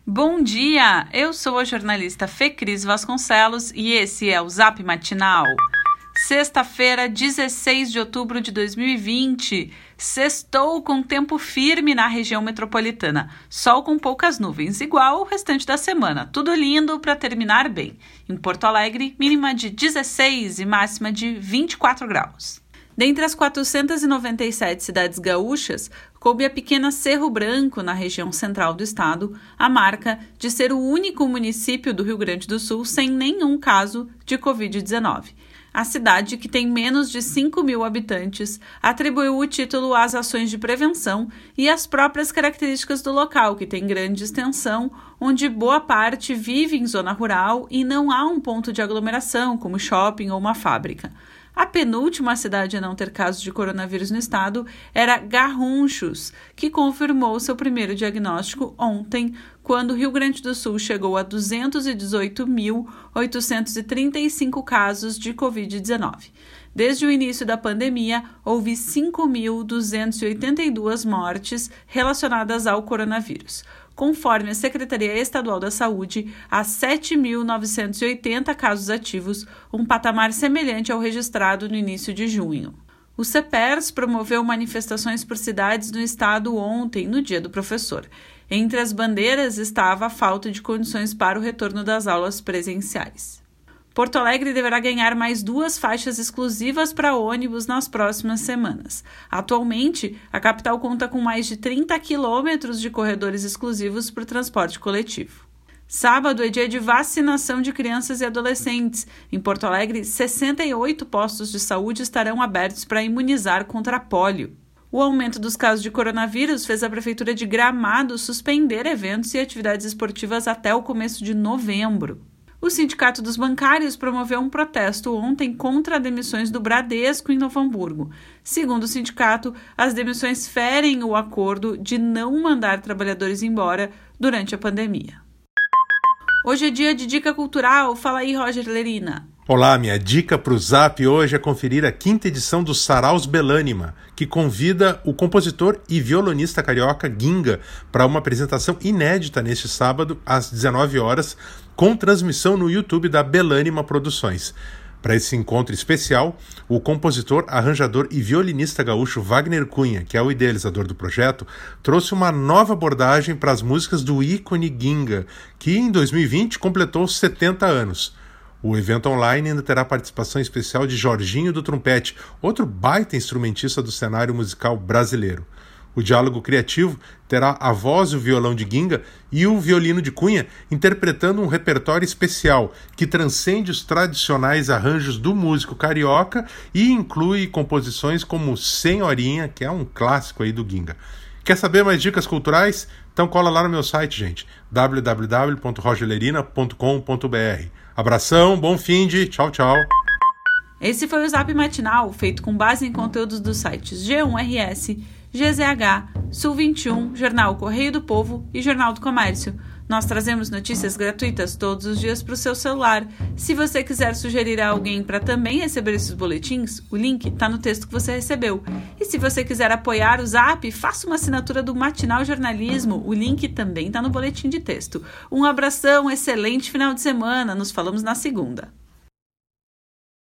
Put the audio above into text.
Bom dia! Eu sou a jornalista Fecris Vasconcelos e esse é o Zap Matinal. Sexta-feira, 16 de outubro de 2020. Sextou com tempo firme na região metropolitana. Sol com poucas nuvens, igual o restante da semana. Tudo lindo para terminar bem. Em Porto Alegre, mínima de 16 e máxima de 24 graus. Dentre as 497 cidades gaúchas, coube a pequena Cerro Branco, na região central do estado, a marca de ser o único município do Rio Grande do Sul sem nenhum caso de Covid-19. A cidade, que tem menos de 5 mil habitantes, atribuiu o título às ações de prevenção e às próprias características do local, que tem grande extensão, onde boa parte vive em zona rural e não há um ponto de aglomeração, como shopping ou uma fábrica. A penúltima cidade a não ter casos de coronavírus no estado era Garrunchos, que confirmou seu primeiro diagnóstico ontem, quando o Rio Grande do Sul chegou a 218.835 casos de Covid-19. Desde o início da pandemia, houve 5.282 mortes relacionadas ao coronavírus. Conforme a Secretaria Estadual da Saúde, há 7.980 casos ativos, um patamar semelhante ao registrado no início de junho. O CEPERS promoveu manifestações por cidades no estado ontem, no Dia do Professor. Entre as bandeiras estava a falta de condições para o retorno das aulas presenciais. Porto Alegre deverá ganhar mais 2 faixas exclusivas para ônibus nas próximas semanas. Atualmente, a capital conta com mais de 30 quilômetros de corredores exclusivos para o transporte coletivo. Sábado é dia de vacinação de crianças e adolescentes. Em Porto Alegre, 68 postos de saúde estarão abertos para imunizar contra a pólio. O aumento dos casos de coronavírus fez a Prefeitura de Gramado suspender eventos e atividades esportivas até o começo de novembro. O Sindicato dos Bancários promoveu um protesto ontem contra as demissões do Bradesco em Novo Hamburgo. Segundo o sindicato, as demissões ferem o acordo de não mandar trabalhadores embora durante a pandemia. Hoje é dia de dica cultural. Fala aí, Roger Lerina. Olá, minha dica para o Zap hoje é conferir a 5ª edição do Saraus Belânima, que convida o compositor e violonista carioca Ginga para uma apresentação inédita neste sábado, às 19 horas, com transmissão no YouTube da Belânima Produções. Para esse encontro especial, o compositor, arranjador e violinista gaúcho Wagner Cunha, que é o idealizador do projeto, trouxe uma nova abordagem para as músicas do ícone Ginga, que em 2020 completou 70 anos. O evento online ainda terá participação especial de Jorginho do Trompete, outro baita instrumentista do cenário musical brasileiro. O diálogo criativo terá a voz e o violão de Ginga e o violino de Cunha interpretando um repertório especial que transcende os tradicionais arranjos do músico carioca e inclui composições como Senhorinha, que é um clássico aí do Ginga. Quer saber mais dicas culturais? Então cola lá no meu site, gente, www.rogerlerina.com.br. Abração, bom finde, tchau, tchau. Esse foi o Zap Matinal, feito com base em conteúdos dos sites G1RS, GZH, Sul 21, Jornal Correio do Povo e Jornal do Comércio. Nós trazemos notícias gratuitas todos os dias para o seu celular. Se você quiser sugerir a alguém para também receber esses boletins, o link está no texto que você recebeu. E se você quiser apoiar o Zap, faça uma assinatura do Matinal Jornalismo. O link também está no boletim de texto. Um abração, excelente final de semana. Nos falamos na segunda.